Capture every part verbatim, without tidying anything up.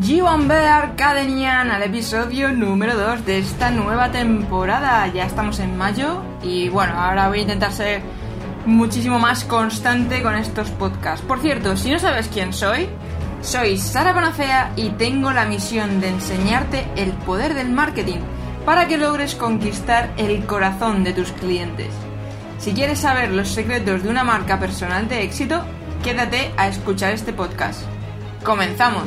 G-Bomber Academian al episodio número dos de esta nueva temporada. Ya estamos en mayo y bueno, ahora voy a intentar ser muchísimo más constante con estos podcasts. Por cierto, si no sabes quién soy, soy Sara Panacea y tengo la misión de enseñarte el poder del marketing para que logres conquistar el corazón de tus clientes. Si quieres saber los secretos de una marca personal de éxito, quédate a escuchar este podcast. ¡Comenzamos!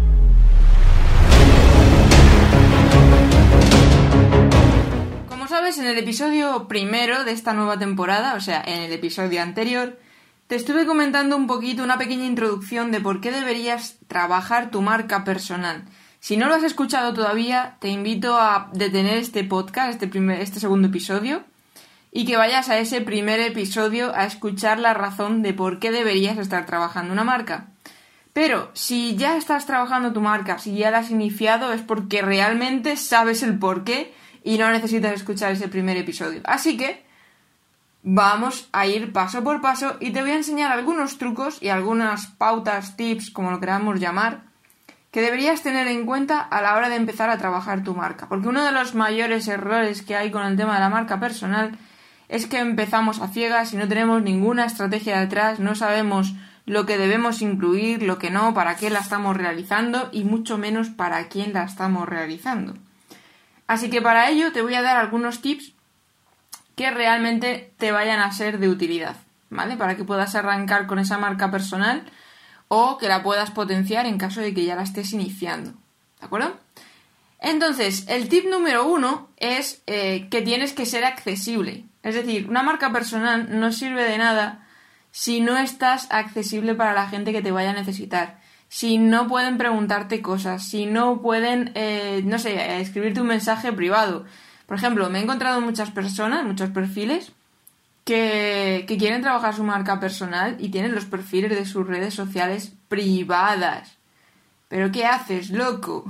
Como sabes, en el episodio primero de esta nueva temporada, o sea, en el episodio anterior, te estuve comentando un poquito, una pequeña introducción de por qué deberías trabajar tu marca personal. Si no lo has escuchado todavía, te invito a detener este podcast, este, primer, este segundo episodio, y que vayas a ese primer episodio a escuchar la razón de por qué deberías estar trabajando una marca. Pero si ya estás trabajando tu marca, si ya la has iniciado, es porque realmente sabes el por qué y no necesitas escuchar ese primer episodio. Así que vamos a ir paso por paso y te voy a enseñar algunos trucos y algunas pautas, tips, como lo queramos llamar, que deberías tener en cuenta a la hora de empezar a trabajar tu marca. Porque uno de los mayores errores que hay con el tema de la marca personal es que empezamos a ciegas y no tenemos ninguna estrategia detrás, no sabemos lo que debemos incluir, lo que no, para qué la estamos realizando y mucho menos para quién la estamos realizando. Así que para ello te voy a dar algunos tips que realmente te vayan a ser de utilidad, ¿vale? Para que puedas arrancar con esa marca personal o que la puedas potenciar en caso de que ya la estés iniciando, ¿de acuerdo? Entonces, el tip número uno es eh, que tienes que ser accesible. Es decir, una marca personal no sirve de nada si no estás accesible para la gente que te vaya a necesitar. Si no pueden preguntarte cosas, si no pueden, eh, no sé, escribirte un mensaje privado. Por ejemplo, me he encontrado muchas personas, muchos perfiles, que, que quieren trabajar su marca personal y tienen los perfiles de sus redes sociales privadas. ¿Pero qué haces, loco?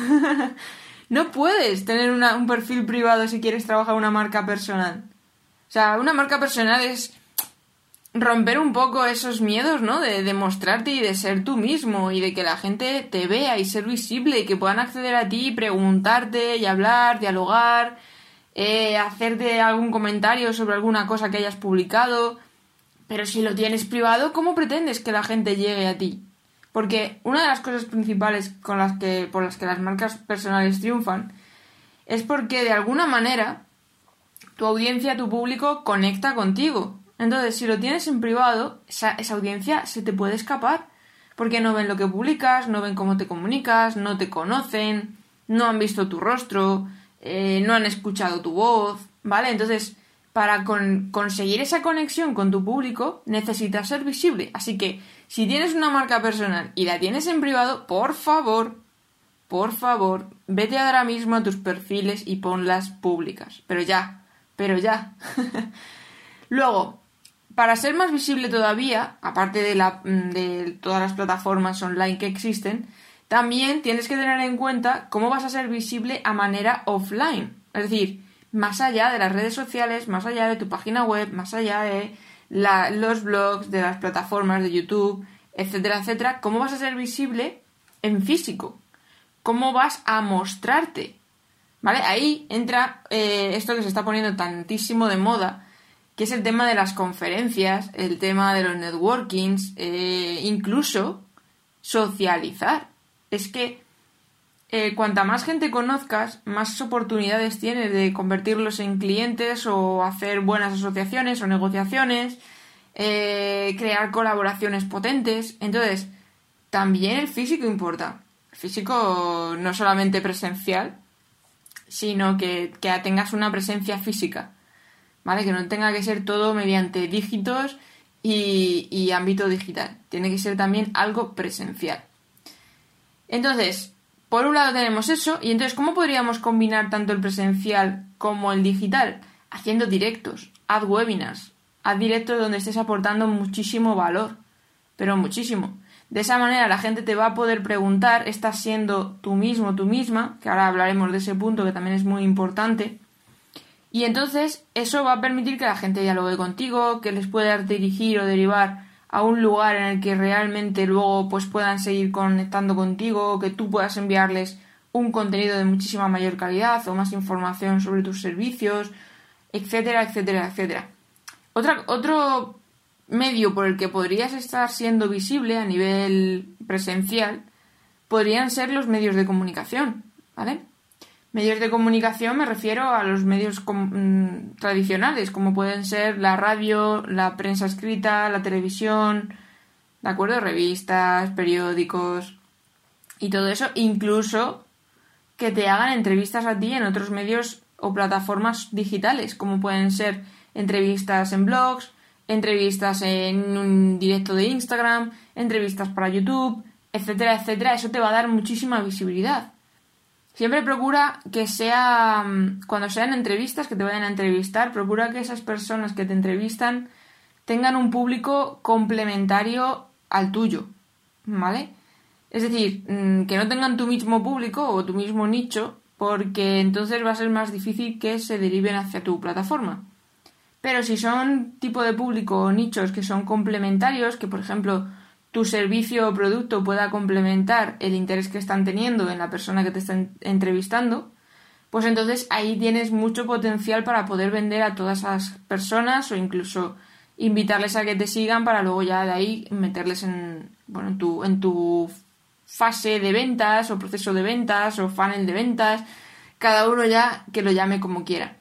No puedes tener una, un perfil privado si quieres trabajar una marca personal. O sea, una marca personal es romper un poco esos miedos, ¿no? De, de mostrarte y de ser tú mismo y de que la gente te vea y ser visible y que puedan acceder a ti, preguntarte y hablar, dialogar, eh, hacerte algún comentario sobre alguna cosa que hayas publicado. Pero si lo tienes privado, ¿cómo pretendes que la gente llegue a ti? Porque una de las cosas principales con las que, por las que las marcas personales triunfan es porque de alguna manera tu audiencia, tu público conecta contigo. Entonces, si lo tienes en privado, esa, esa audiencia se te puede escapar, porque no ven lo que publicas, no ven cómo te comunicas, no te conocen, no han visto tu rostro, eh, no han escuchado tu voz, ¿vale? Entonces, para con, conseguir esa conexión con tu público, necesitas ser visible. Así que, si tienes una marca personal y la tienes en privado, por favor, por favor, vete ahora mismo a tus perfiles y ponlas públicas. Pero ya, pero ya. Luego, para ser más visible todavía, aparte de, la, de todas las plataformas online que existen, también tienes que tener en cuenta cómo vas a ser visible a manera offline. Es decir, más allá de las redes sociales, más allá de tu página web, más allá de la, los blogs, de las plataformas de YouTube, etcétera, etcétera, cómo vas a ser visible en físico. Cómo vas a mostrarte. ¿Vale? Ahí entra eh, esto que se está poniendo tantísimo de moda, que es el tema de las conferencias, el tema de los networkings, eh, incluso socializar. Es que eh, cuanta más gente conozcas, más oportunidades tienes de convertirlos en clientes o hacer buenas asociaciones o negociaciones, eh, crear colaboraciones potentes. Entonces, también el físico importa. El físico no solamente presencial, sino que, que tengas una presencia física. ¿Vale? Que no tenga que ser todo mediante dígitos y, y ámbito digital. Tiene que ser también algo presencial. Entonces, por un lado tenemos eso. Y entonces, ¿cómo podríamos combinar tanto el presencial como el digital? Haciendo directos, haz webinars, haz directos donde estés aportando muchísimo valor. Pero muchísimo. De esa manera la gente te va a poder preguntar, estás siendo tú mismo, tú misma, que ahora hablaremos de ese punto que también es muy importante. Y entonces eso va a permitir que la gente dialogue contigo, que les puedas dirigir o derivar a un lugar en el que realmente luego pues puedan seguir conectando contigo, que tú puedas enviarles un contenido de muchísima mayor calidad o más información sobre tus servicios, etcétera, etcétera, etcétera. Otra, otro medio por el que podrías estar siendo visible a nivel presencial podrían ser los medios de comunicación, ¿vale? Medios de comunicación me refiero a los medios com- tradicionales, como pueden ser la radio, la prensa escrita, la televisión, ¿de acuerdo? Revistas, periódicos y todo eso, incluso que te hagan entrevistas a ti en otros medios o plataformas digitales, como pueden ser entrevistas en blogs, entrevistas en un directo de Instagram, entrevistas para YouTube, etcétera, etcétera. Eso te va a dar muchísima visibilidad. Siempre procura que sea, cuando sean entrevistas, que te vayan a entrevistar, procura que esas personas que te entrevistan tengan un público complementario al tuyo, ¿vale? Es decir, que no tengan tu mismo público o tu mismo nicho, porque entonces va a ser más difícil que se deriven hacia tu plataforma. Pero si son tipo de público o nichos que son complementarios, que por ejemplo tu servicio o producto pueda complementar el interés que están teniendo en la persona que te está entrevistando, pues entonces ahí tienes mucho potencial para poder vender a todas esas personas o incluso invitarles a que te sigan para luego ya de ahí meterles en, bueno, en tu, en tu fase de ventas o proceso de ventas o funnel de ventas, cada uno ya que lo llame como quiera.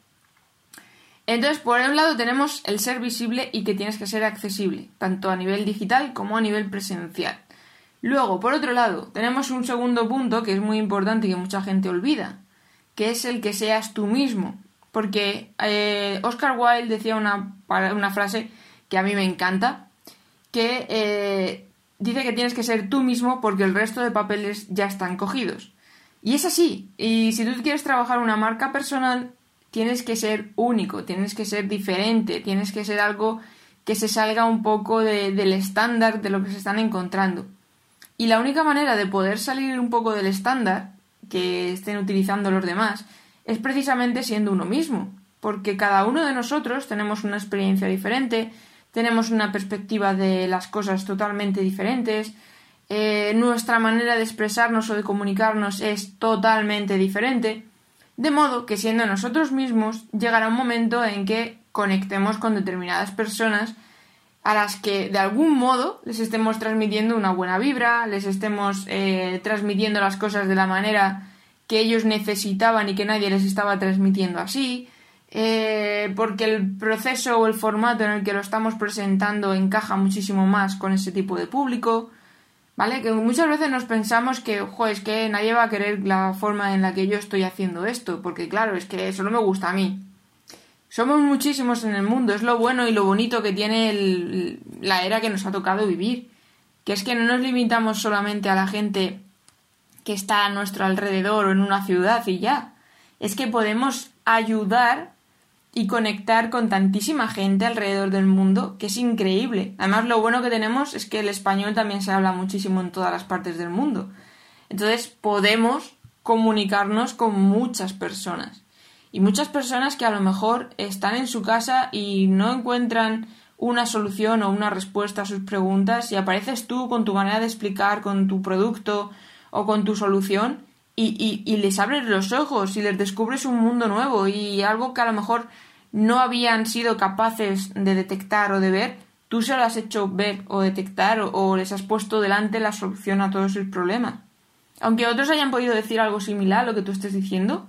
Entonces, por un lado tenemos el ser visible y que tienes que ser accesible, tanto a nivel digital como a nivel presencial. Luego, por otro lado, tenemos un segundo punto que es muy importante y que mucha gente olvida, que es el que seas tú mismo. Porque eh, Oscar Wilde decía una, una frase que a mí me encanta, que eh, dice que tienes que ser tú mismo porque el resto de papeles ya están cogidos. Y es así. Y si tú quieres trabajar una marca personal, tienes que ser único, tienes que ser diferente, tienes que ser algo que se salga un poco de, del estándar de lo que se están encontrando. Y la única manera de poder salir un poco del estándar que estén utilizando los demás es precisamente siendo uno mismo, porque cada uno de nosotros tenemos una experiencia diferente, tenemos una perspectiva de las cosas totalmente diferentes, eh, nuestra manera de expresarnos o de comunicarnos es totalmente diferente. De modo que siendo nosotros mismos llegará un momento en que conectemos con determinadas personas a las que de algún modo les estemos transmitiendo una buena vibra, les estemos eh, transmitiendo las cosas de la manera que ellos necesitaban y que nadie les estaba transmitiendo así, eh, porque el proceso o el formato en el que lo estamos presentando encaja muchísimo más con ese tipo de público, ¿vale? Que muchas veces nos pensamos que, jo, es que nadie va a querer la forma en la que yo estoy haciendo esto, porque claro, es que eso no me gusta a mí. Somos muchísimos en el mundo, es lo bueno y lo bonito que tiene el, la era que nos ha tocado vivir, que es que no nos limitamos solamente a la gente que está a nuestro alrededor o en una ciudad y ya, es que podemos ayudar y conectar con tantísima gente alrededor del mundo, que es increíble. Además, lo bueno que tenemos es que el español también se habla muchísimo en todas las partes del mundo. Entonces, podemos comunicarnos con muchas personas. Y muchas personas que a lo mejor están en su casa y no encuentran una solución o una respuesta a sus preguntas y apareces tú con tu manera de explicar, con tu producto o con tu solución y, y, y les abres los ojos y les descubres un mundo nuevo y algo que a lo mejor no habían sido capaces de detectar o de ver, tú se lo has hecho ver o detectar o, o les has puesto delante la solución a todos sus problemas. Aunque otros hayan podido decir algo similar a lo que tú estés diciendo,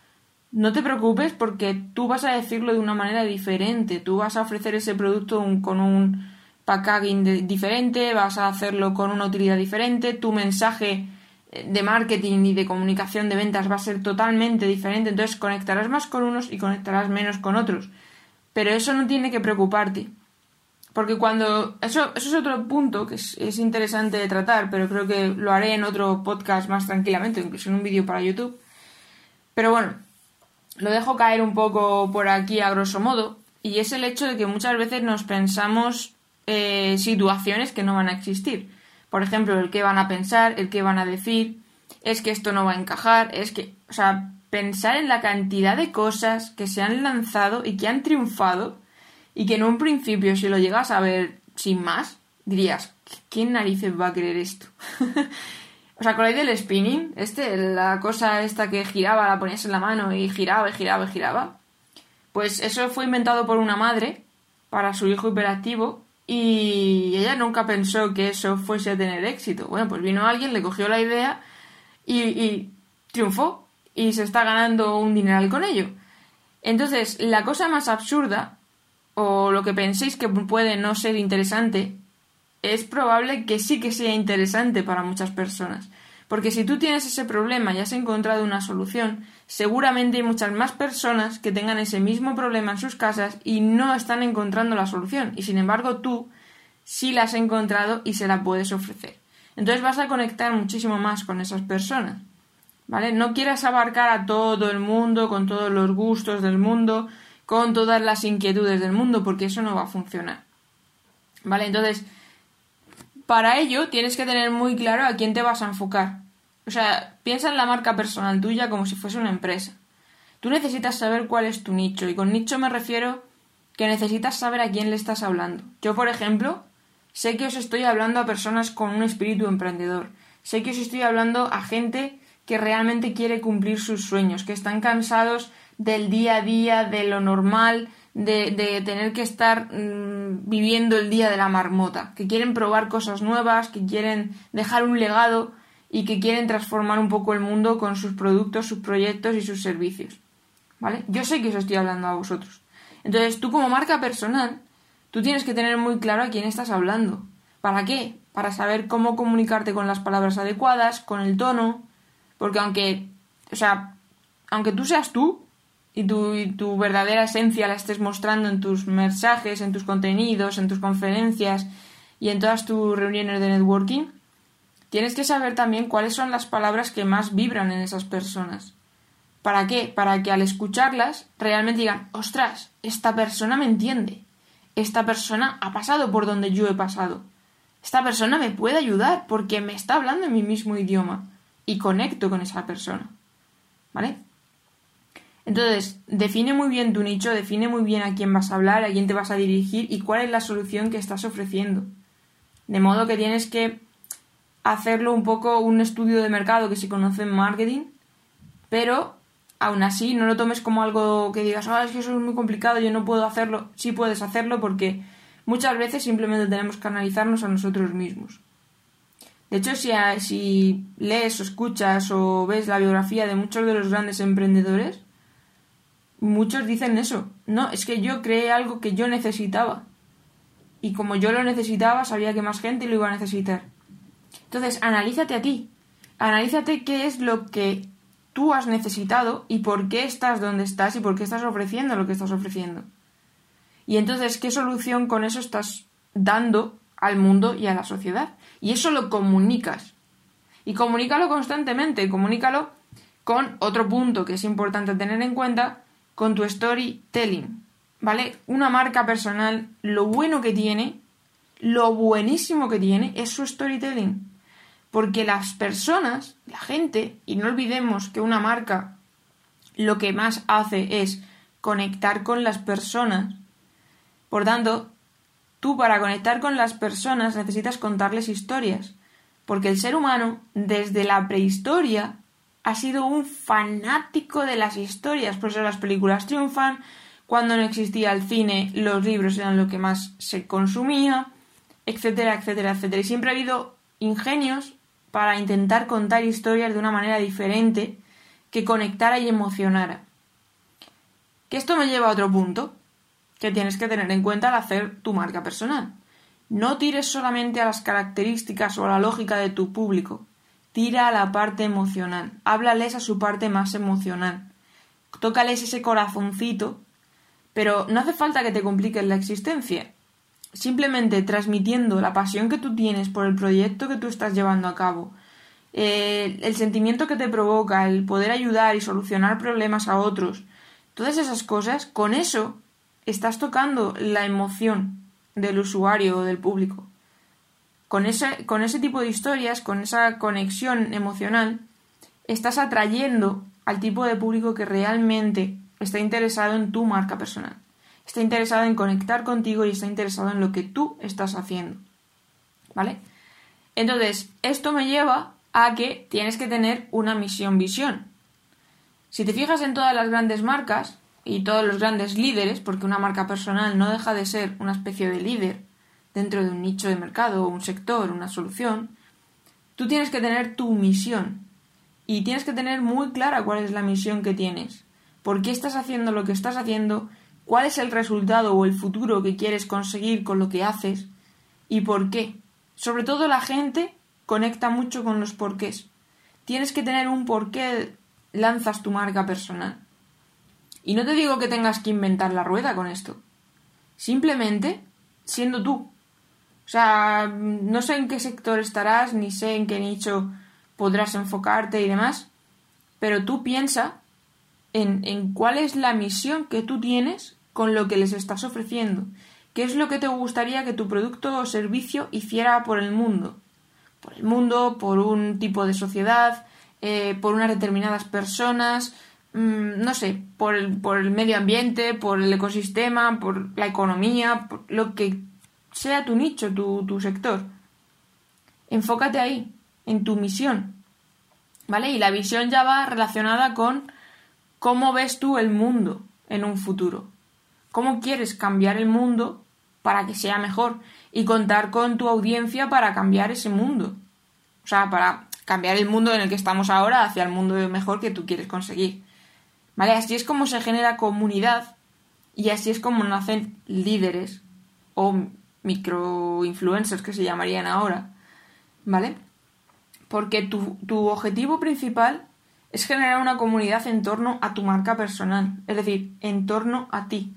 no te preocupes porque tú vas a decirlo de una manera diferente, tú vas a ofrecer ese producto un, con un packaging de, diferente, vas a hacerlo con una utilidad diferente, tu mensaje de marketing y de comunicación de ventas va a ser totalmente diferente, entonces conectarás más con unos y conectarás menos con otros, pero eso no tiene que preocuparte, porque cuando eso, eso es otro punto que es, es interesante de tratar, pero creo que lo haré en otro podcast más tranquilamente, incluso en un vídeo para YouTube, pero bueno, lo dejo caer un poco por aquí a grosso modo, y es el hecho de que muchas veces nos pensamos eh, situaciones que no van a existir. Por ejemplo, el qué van a pensar, el qué van a decir, es que esto no va a encajar, es que, o sea, pensar en la cantidad de cosas que se han lanzado y que han triunfado y que en un principio, si lo llegas a ver sin más, dirías, ¿quién narices va a querer esto? ¿Os acordáis del spinning? Este, la cosa esta que giraba, la ponías en la mano y giraba y giraba y giraba. Pues eso fue inventado por una madre para su hijo hiperactivo y ella nunca pensó que eso fuese a tener éxito. Bueno, pues vino alguien, le cogió la idea y, y triunfó y se está ganando un dineral con ello. Entonces, la cosa más absurda, o lo que penséis que puede no ser interesante, es probable que sí que sea interesante para muchas personas. Porque si tú tienes ese problema y has encontrado una solución, seguramente hay muchas más personas que tengan ese mismo problema en sus casas y no están encontrando la solución. Y sin embargo tú sí la has encontrado y se la puedes ofrecer. Entonces vas a conectar muchísimo más con esas personas, ¿vale? No quieras abarcar a todo el mundo, con todos los gustos del mundo, con todas las inquietudes del mundo, porque eso no va a funcionar, ¿vale? Entonces, para ello tienes que tener muy claro a quién te vas a enfocar. O sea, piensa en la marca personal tuya como si fuese una empresa. Tú necesitas saber cuál es tu nicho, y con nicho me refiero que necesitas saber a quién le estás hablando. Yo, por ejemplo, sé que os estoy hablando a personas con un espíritu emprendedor. Sé que os estoy hablando a gente que realmente quiere cumplir sus sueños, que están cansados del día a día, de lo normal, de, de tener que estar mmm, viviendo el día de la marmota, que quieren probar cosas nuevas, que quieren dejar un legado y que quieren transformar un poco el mundo con sus productos, sus proyectos y sus servicios, ¿vale? Yo sé que os estoy hablando a vosotros. Entonces, tú como marca personal, tú tienes que tener muy claro a quién estás hablando. ¿Para qué? Para saber cómo comunicarte con las palabras adecuadas, con el tono, porque aunque, o sea, aunque tú seas tú, y tu, y tu verdadera esencia la estés mostrando en tus mensajes, en tus contenidos, en tus conferencias y en todas tus reuniones de networking, tienes que saber también cuáles son las palabras que más vibran en esas personas. ¿Para qué? Para que al escucharlas realmente digan, ostras, esta persona me entiende, esta persona ha pasado por donde yo he pasado, esta persona me puede ayudar porque me está hablando en mi mismo idioma y conecto con esa persona, ¿vale? Entonces, define muy bien tu nicho, define muy bien a quién vas a hablar, a quién te vas a dirigir y cuál es la solución que estás ofreciendo. De modo que tienes que hacerlo un poco un estudio de mercado que se conoce en marketing, pero aún así no lo tomes como algo que digas, ah, es que eso es muy complicado, yo no puedo hacerlo. Sí puedes hacerlo porque muchas veces simplemente tenemos que analizarnos a nosotros mismos. De hecho, si, si lees o escuchas o ves la biografía de muchos de los grandes emprendedores, muchos dicen eso. No, es que yo creé algo que yo necesitaba. Y como yo lo necesitaba, sabía que más gente lo iba a necesitar. Entonces, analízate a ti. Analízate qué es lo que tú has necesitado y por qué estás donde estás y por qué estás ofreciendo lo que estás ofreciendo. Y entonces, ¿qué solución con eso estás dando al mundo y a la sociedad? Y eso lo comunicas. Y comunícalo constantemente. Comunícalo con otro punto que es importante tener en cuenta, con tu storytelling, ¿vale? Una marca personal, lo bueno que tiene, lo buenísimo que tiene es su storytelling. Porque las personas, la gente, y no olvidemos que una marca lo que más hace es conectar con las personas. Por tanto, tú para conectar con las personas necesitas contarles historias. Porque el ser humano, desde la prehistoria, ha sido un fanático de las historias. Por eso las películas triunfan. Cuando no existía el cine, los libros eran lo que más se consumía, etcétera, etcétera, etcétera. Y siempre ha habido ingenios para intentar contar historias de una manera diferente que conectara y emocionara. Que esto me lleva a otro punto que tienes que tener en cuenta al hacer tu marca personal. No tires solamente a las características o a la lógica de tu público. Tira a la parte emocional. Háblales a su parte más emocional. Tócales ese corazoncito, pero no hace falta que te compliques la existencia. Simplemente transmitiendo la pasión que tú tienes por el proyecto que tú estás llevando a cabo, eh, el sentimiento que te provoca, el poder ayudar y solucionar problemas a otros, todas esas cosas, con eso estás tocando la emoción del usuario o del público. Con ese, con ese tipo de historias, con esa conexión emocional, estás atrayendo al tipo de público que realmente está interesado en tu marca personal. Está interesado en conectar contigo y está interesado en lo que tú estás haciendo. ¿vale? Entonces, esto me lleva a que tienes que tener una misión-visión. Si te fijas en todas las grandes marcas y todos los grandes líderes, porque una marca personal no deja de ser una especie de líder dentro de un nicho de mercado, un sector, una solución, tú tienes que tener tu misión y tienes que tener muy clara cuál es la misión que tienes, por qué estás haciendo lo que estás haciendo, cuál es el resultado o el futuro que quieres conseguir con lo que haces y por qué. Sobre todo la gente conecta mucho con los porqués. Tienes que tener un porqué lanzas tu marca personal. Y no te digo que tengas que inventar la rueda con esto. Simplemente siendo tú. O sea, no sé en qué sector estarás, ni sé en qué nicho podrás enfocarte y demás, pero tú piensa en, en cuál es la misión que tú tienes con lo que les estás ofreciendo. ¿Qué es lo que te gustaría que tu producto o servicio hiciera por el mundo? Por el mundo, por un tipo de sociedad, eh, por unas determinadas personas, mmm, no sé, por el, por el medio ambiente, por el ecosistema, por la economía, por lo que sea tu nicho, tu, tu sector. Enfócate ahí, en tu misión, ¿vale? Y la visión ya va relacionada con cómo ves tú el mundo en un futuro. ¿Cómo quieres cambiar el mundo para que sea mejor? Y contar con tu audiencia para cambiar ese mundo. O sea, para cambiar el mundo en el que estamos ahora hacia el mundo mejor que tú quieres conseguir. ¿Vale? Así es como se genera comunidad y así es como nacen líderes o microinfluencers que se llamarían ahora. ¿Vale? Porque tu, tu objetivo principal es generar una comunidad en torno a tu marca personal. Es decir, en torno a ti.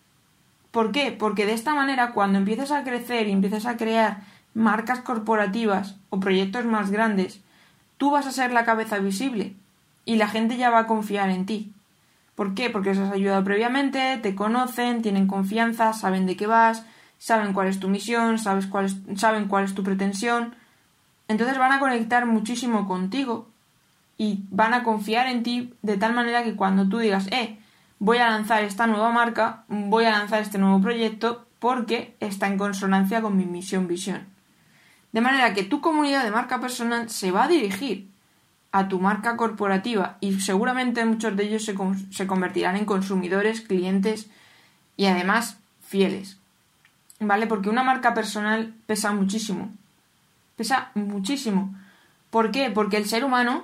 ¿Por qué? Porque de esta manera, cuando empieces a crecer y empieces a crear marcas corporativas o proyectos más grandes, tú vas a ser la cabeza visible y la gente ya va a confiar en ti. ¿Por qué? Porque les has ayudado previamente, te conocen, tienen confianza, saben de qué vas, saben cuál es tu misión, sabes cuál es, saben cuál es tu pretensión. Entonces van a conectar muchísimo contigo y van a confiar en ti de tal manera que cuando tú digas, eh, voy a lanzar esta nueva marca, voy a lanzar este nuevo proyecto porque está en consonancia con mi misión-visión. De manera que tu comunidad de marca personal se va a dirigir a tu marca corporativa y seguramente muchos de ellos se, con- se convertirán en consumidores, clientes y además fieles. ¿Vale? Porque una marca personal pesa muchísimo. Pesa muchísimo. ¿Por qué? Porque el ser humano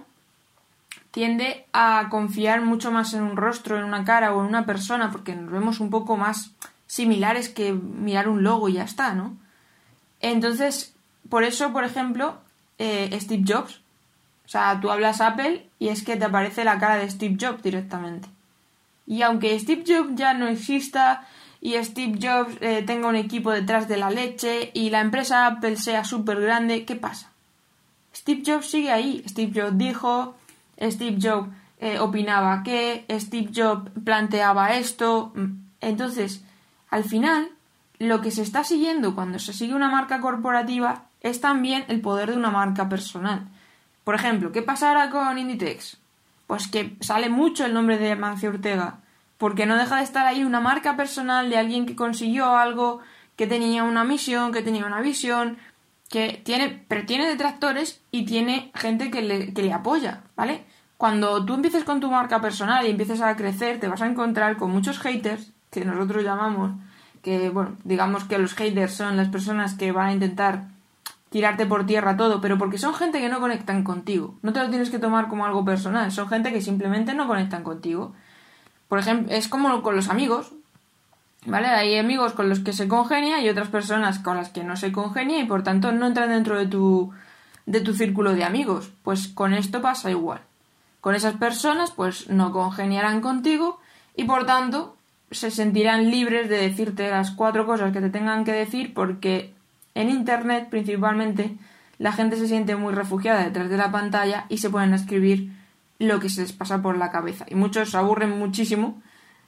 tiende a confiar mucho más en un rostro, en una cara o en una persona, porque nos vemos un poco más similares que mirar un logo y ya está, ¿no? Entonces, por eso, por ejemplo, eh, Steve Jobs, o sea, tú hablas Apple y es que te aparece la cara de Steve Jobs directamente. Y aunque Steve Jobs ya no exista y Steve Jobs eh, tenga un equipo detrás de la leche y la empresa Apple sea súper grande, ¿qué pasa? Steve Jobs sigue ahí. Steve Jobs dijo... Steve Jobs eh, opinaba que, Steve Jobs planteaba esto. Entonces, al final, lo que se está siguiendo cuando se sigue una marca corporativa es también el poder de una marca personal. Por ejemplo, ¿qué pasa ahora con Inditex? Pues que sale mucho el nombre de Amancio Ortega, porque no deja de estar ahí una marca personal de alguien que consiguió algo, que tenía una misión, que tenía una visión, que tiene, pero tiene detractores y tiene gente que le, que le apoya, ¿vale? Cuando tú empieces con tu marca personal y empieces a crecer, te vas a encontrar con muchos haters, que nosotros llamamos, que, bueno, digamos que los haters son las personas que van a intentar tirarte por tierra todo, pero porque son gente que no conectan contigo. No te lo tienes que tomar como algo personal, son gente que simplemente no conectan contigo. Por ejemplo, es como con los amigos, ¿vale? Hay amigos con los que se congenia y otras personas con las que no se congenia y por tanto no entran dentro de tu, de tu círculo de amigos. Pues con esto pasa igual. Con esas personas pues no congeniarán contigo y por tanto se sentirán libres de decirte las cuatro cosas que te tengan que decir porque en internet principalmente la gente se siente muy refugiada detrás de la pantalla y se ponen a escribir lo que se les pasa por la cabeza. Y muchos se aburren muchísimo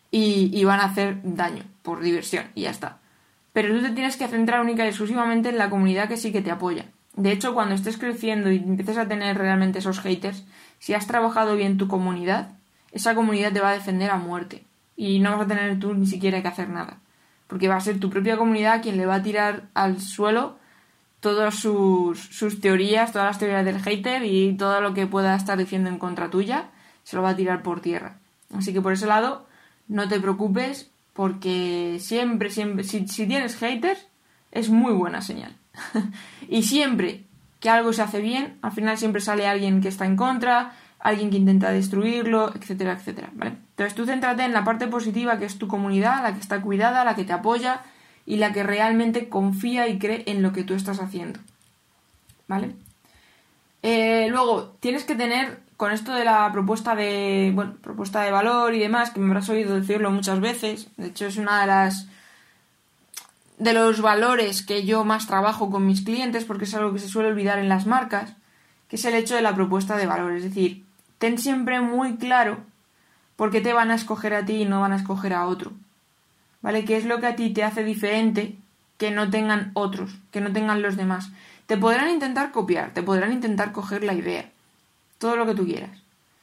y, y van a hacer daño por diversión y ya está. Pero tú te tienes que centrar única y exclusivamente en la comunidad que sí que te apoya. De hecho, cuando estés creciendo y empieces a tener realmente esos haters, si has trabajado bien tu comunidad, esa comunidad te va a defender a muerte. Y no vas a tener tú ni siquiera que hacer nada. Porque va a ser tu propia comunidad quien le va a tirar al suelo todas sus, sus teorías, todas las teorías del hater y todo lo que pueda estar diciendo en contra tuya, se lo va a tirar por tierra. Así que por ese lado, no te preocupes, porque siempre, siempre, si, si tienes haters, es muy buena señal. Y siempre que algo se hace bien, al final siempre sale alguien que está en contra, alguien que intenta destruirlo, etcétera, etcétera, ¿vale? Entonces tú céntrate en la parte positiva, que es tu comunidad, la que está cuidada, la que te apoya y la que realmente confía y cree en lo que tú estás haciendo, ¿vale? Eh, luego, tienes que tener, con esto de la propuesta de, bueno, propuesta de valor y demás, que me habrás oído decirlo muchas veces, de hecho es una de las de los valores que yo más trabajo con mis clientes, porque es algo que se suele olvidar en las marcas, que es el hecho de la propuesta de valor. Es decir, ten siempre muy claro por qué te van a escoger a ti y no van a escoger a otro, ¿vale? ¿Qué es lo que a ti te hace diferente que no tengan otros, que no tengan los demás? Te podrán intentar copiar, te podrán intentar coger la idea, todo lo que tú quieras.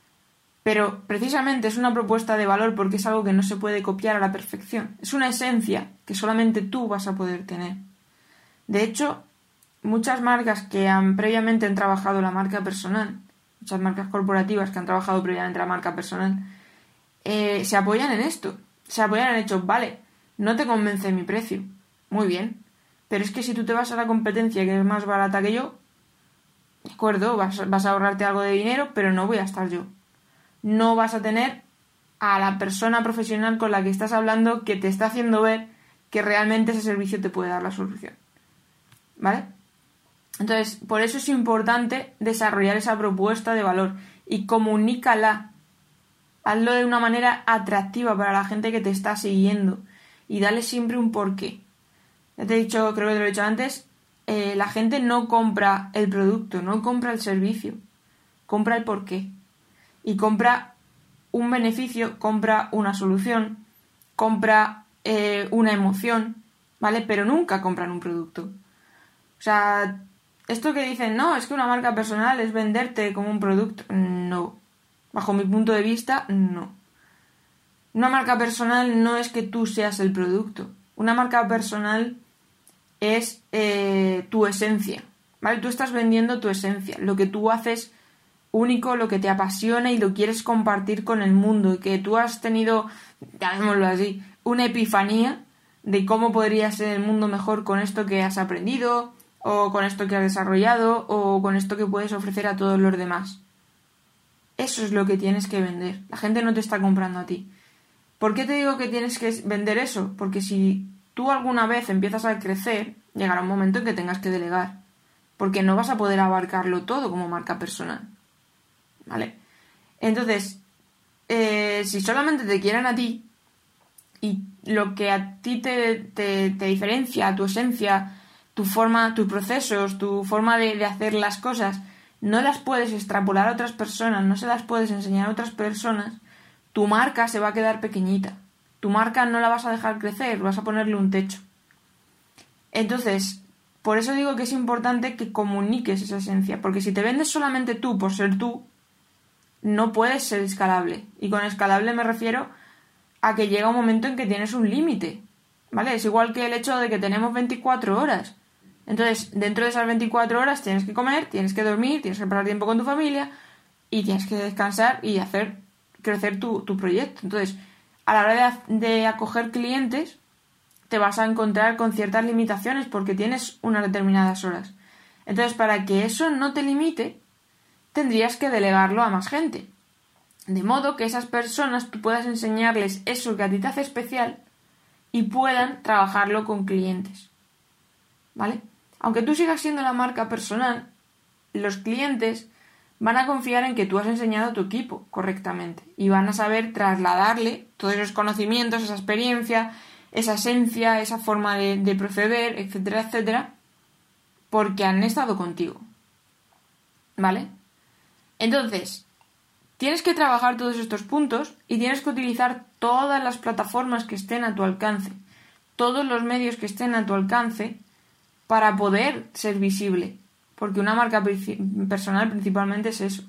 Pero precisamente es una propuesta de valor porque es algo que no se puede copiar a la perfección. Es una esencia que solamente tú vas a poder tener. De hecho, muchas marcas que han previamente han trabajado la marca personal, muchas marcas corporativas que han trabajado previamente la marca personal, eh, se apoyan en esto. Se apoyan en el hecho, vale, no te convence mi precio, muy bien, pero es que si tú te vas a la competencia que es más barata que yo, de acuerdo, vas, vas a ahorrarte algo de dinero, pero no voy a estar yo. No vas a tener a la persona profesional con la que estás hablando que te está haciendo ver que realmente ese servicio te puede dar la solución, ¿vale? Entonces, por eso es importante desarrollar esa propuesta de valor y comunícala. Hazlo de una manera atractiva para la gente que te está siguiendo y dale siempre un porqué. Ya te he dicho, creo que te lo he dicho antes, eh, la gente no compra el producto, no compra el servicio, compra el porqué. Y compra un beneficio, compra una solución, compra eh, una emoción, ¿vale? Pero nunca compran un producto. O sea, esto que dicen, no, es que una marca personal es venderte como un producto. No. Bajo mi punto de vista, no. Una marca personal no es que tú seas el producto. Una marca personal es eh, tu esencia, ¿vale? Tú estás vendiendo tu esencia, lo que tú haces único, lo que te apasiona y lo quieres compartir con el mundo, y que tú has tenido, llamémoslo así, una epifanía de cómo podría ser el mundo mejor con esto que has aprendido, o con esto que has desarrollado, o con esto que puedes ofrecer a todos los demás. Eso es lo que tienes que vender. La gente no te está comprando a ti. ¿Por qué te digo que tienes que vender eso? Porque si tú alguna vez empiezas a crecer, llegará un momento en que tengas que delegar, porque no vas a poder abarcarlo todo como marca personal, ¿vale? Entonces, eh, si solamente te quieren a ti y lo que a ti te, te, te diferencia, tu esencia, tu forma, tus procesos, tu forma de, de hacer las cosas, no las puedes extrapolar a otras personas, no se las puedes enseñar a otras personas, tu marca se va a quedar pequeñita. Tu marca no la vas a dejar crecer, vas a ponerle un techo. Entonces, por eso digo que es importante que comuniques esa esencia, porque si te vendes solamente tú por ser tú, no puedes ser escalable. Y con escalable me refiero a que llega un momento en que tienes un límite, ¿vale? Es igual que el hecho de que tenemos veinticuatro horas. Entonces, dentro de esas veinticuatro horas tienes que comer, tienes que dormir, tienes que pasar tiempo con tu familia y tienes que descansar y hacer crecer tu, tu proyecto. Entonces, a la hora de, de acoger clientes, te vas a encontrar con ciertas limitaciones porque tienes unas determinadas horas. Entonces, para que eso no te limite, tendrías que delegarlo a más gente. De modo que esas personas tú puedas enseñarles eso que a ti te hace especial y puedan trabajarlo con clientes, ¿vale? Aunque tú sigas siendo la marca personal, los clientes van a confiar en que tú has enseñado a tu equipo correctamente y van a saber trasladarle todos esos conocimientos, esa experiencia, esa esencia, esa forma de, de proceder, etcétera, etcétera, porque han estado contigo, ¿vale? Entonces, tienes que trabajar todos estos puntos y tienes que utilizar todas las plataformas que estén a tu alcance, todos los medios que estén a tu alcance para poder ser visible. Porque una marca personal principalmente es eso.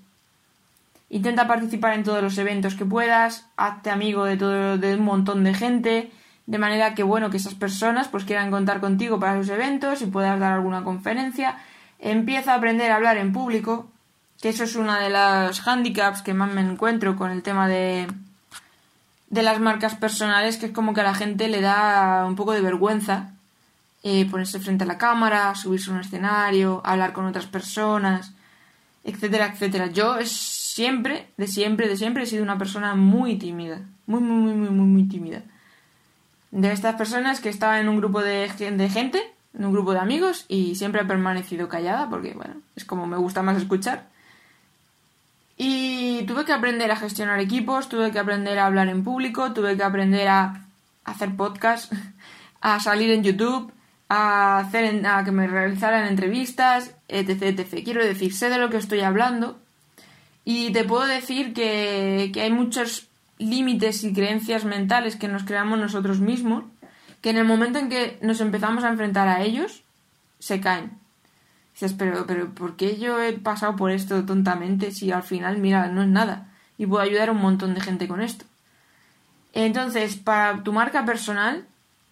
Intenta participar en todos los eventos que puedas, hazte amigo de todo de un montón de gente, de manera que, bueno, que esas personas pues quieran contar contigo para sus eventos y puedas dar alguna conferencia. Empieza a aprender a hablar en público, que eso es una de las handicaps que más me encuentro con el tema de, de las marcas personales, que es como que a la gente le da un poco de vergüenza eh, ponerse frente a la cámara, subirse a un escenario, hablar con otras personas, etcétera, etcétera. Yo es siempre, de siempre, de siempre he sido una persona muy tímida, muy, muy, muy, muy, muy, muy tímida. De estas personas que estaba en un grupo de, de gente, en un grupo de amigos, y siempre he permanecido callada porque, bueno, es como me gusta más escuchar. Y tuve que aprender a gestionar equipos, tuve que aprender a hablar en público, tuve que aprender a hacer podcast, a salir en YouTube, a hacer a que me realizaran entrevistas, etc, etcétera. Quiero decir, sé de lo que estoy hablando y te puedo decir que, que hay muchos límites y creencias mentales que nos creamos nosotros mismos, que en el momento en que nos empezamos a enfrentar a ellos, se caen. Dices, pero, pero ¿por qué yo he pasado por esto tontamente si al final, mira, no es nada? Y puedo ayudar a un montón de gente con esto. Entonces, para tu marca personal,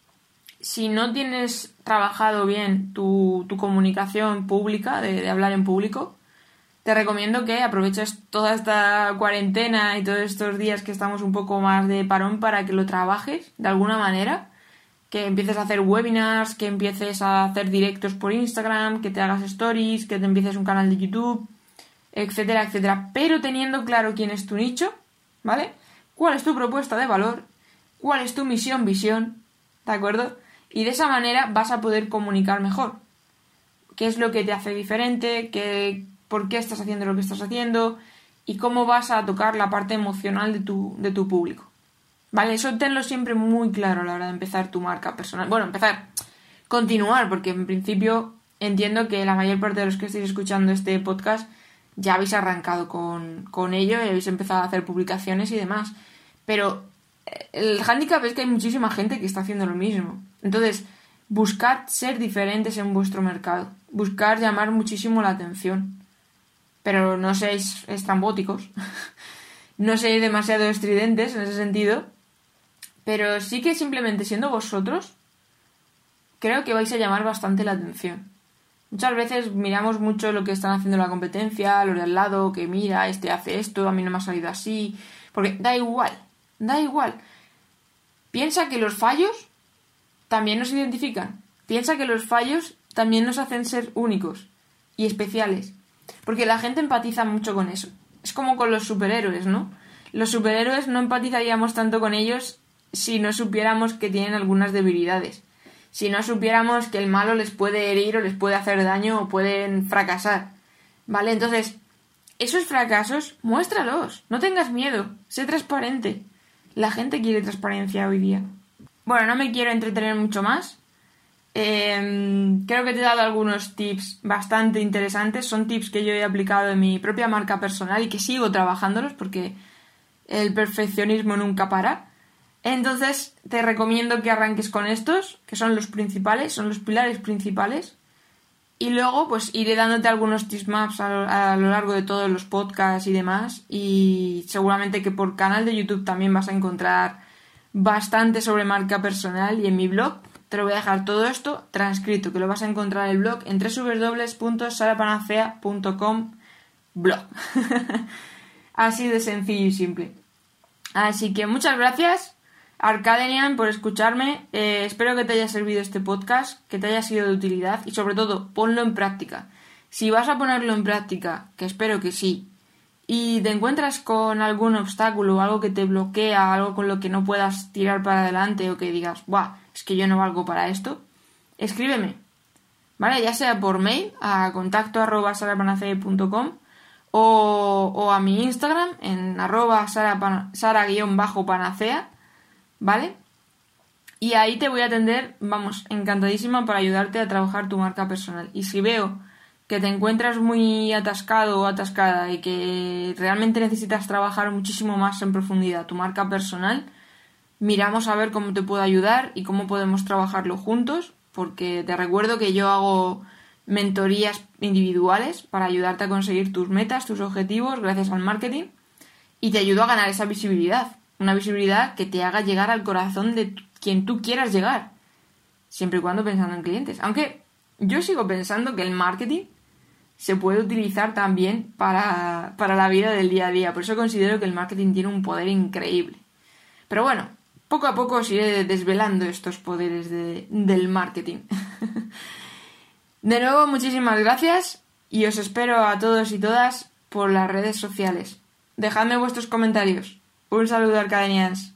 si no tienes trabajado bien tu, tu comunicación pública, de, de hablar en público, te recomiendo que aproveches toda esta cuarentena y todos estos días que estamos un poco más de parón para que lo trabajes de alguna manera, que empieces a hacer webinars, que empieces a hacer directos por Instagram, que te hagas stories, que te empieces un canal de YouTube, etcétera, etcétera. Pero teniendo claro quién es tu nicho, ¿vale? ¿Cuál es tu propuesta de valor? ¿Cuál es tu misión, visión? ¿De acuerdo? Y de esa manera vas a poder comunicar mejor. ¿Qué es lo que te hace diferente? ¿Qué, por qué estás haciendo lo que estás haciendo? Y cómo vas a tocar la parte emocional de tu, de tu público. ¿Vale? Eso tenlo siempre muy claro a la hora de empezar tu marca personal. Bueno, empezar, continuar, porque en principio entiendo que la mayor parte de los que estáis escuchando este podcast ya habéis arrancado con, con ello y habéis empezado a hacer publicaciones y demás. Pero el hándicap es que hay muchísima gente que está haciendo lo mismo. Entonces, buscad ser diferentes en vuestro mercado. Buscar llamar muchísimo la atención. Pero no seáis estrambóticos. No seáis demasiado estridentes en ese sentido. Pero sí que simplemente siendo vosotros, creo que vais a llamar bastante la atención. Muchas veces miramos mucho lo que están haciendo la competencia, los de al lado, que mira, este hace esto, a mí no me ha salido así. Porque da igual, da igual. Piensa que los fallos también nos identifican. Piensa que los fallos también nos hacen ser únicos y especiales. Porque la gente empatiza mucho con eso. Es como con los superhéroes, ¿no? Los superhéroes no empatizaríamos tanto con ellos si no supiéramos que tienen algunas debilidades. Si no supiéramos que el malo les puede herir o les puede hacer daño o pueden fracasar. ¿Vale? Entonces, esos fracasos, muéstralos. No tengas miedo. Sé transparente. La gente quiere transparencia hoy día. Bueno, no me quiero entretener mucho más. Eh, creo que te he dado algunos tips bastante interesantes. Son tips que yo he aplicado en mi propia marca personal y que sigo trabajándolos porque el perfeccionismo nunca para. Entonces te recomiendo que arranques con estos, que son los principales, son los pilares principales. Y luego pues iré dándote algunos tips más a lo, a lo largo de todos los podcasts y demás. Y seguramente que por canal de YouTube también vas a encontrar bastante sobre marca personal. Y en mi blog te lo voy a dejar todo esto transcrito, que lo vas a encontrar en el blog en doble u doble u doble u punto sara panacea punto com blog. Así de sencillo y simple. Así que muchas gracias, Arcadenian, por escucharme. Eh, espero que te haya servido este podcast, que te haya sido de utilidad y sobre todo ponlo en práctica. Si vas a ponerlo en práctica, que espero que sí, y te encuentras con algún obstáculo, algo que te bloquea, algo con lo que no puedas tirar para adelante o que digas, ¡buah! Es que yo no valgo para esto, escríbeme, ¿vale? Ya sea por mail a contacto arroba sarapanacea punto com o, o a mi Instagram en arroba sara-panacea, ¿vale? Y ahí te voy a atender, vamos, encantadísima para ayudarte a trabajar tu marca personal. Y si veo que te encuentras muy atascado o atascada y que realmente necesitas trabajar muchísimo más en profundidad tu marca personal, miramos a ver cómo te puedo ayudar y cómo podemos trabajarlo juntos, porque te recuerdo que yo hago mentorías individuales para ayudarte a conseguir tus metas, tus objetivos gracias al marketing y te ayudo a ganar esa visibilidad, una visibilidad que te haga llegar al corazón de quien tú quieras llegar, siempre y cuando pensando en clientes. Aunque yo sigo pensando que el marketing se puede utilizar también para, para la vida del día a día. Por eso considero que el marketing tiene un poder increíble. Pero bueno, poco a poco os iré desvelando estos poderes de, del marketing. De nuevo, muchísimas gracias y os espero a todos y todas por las redes sociales. Dejadme vuestros comentarios. Un saludo, Arcadenians.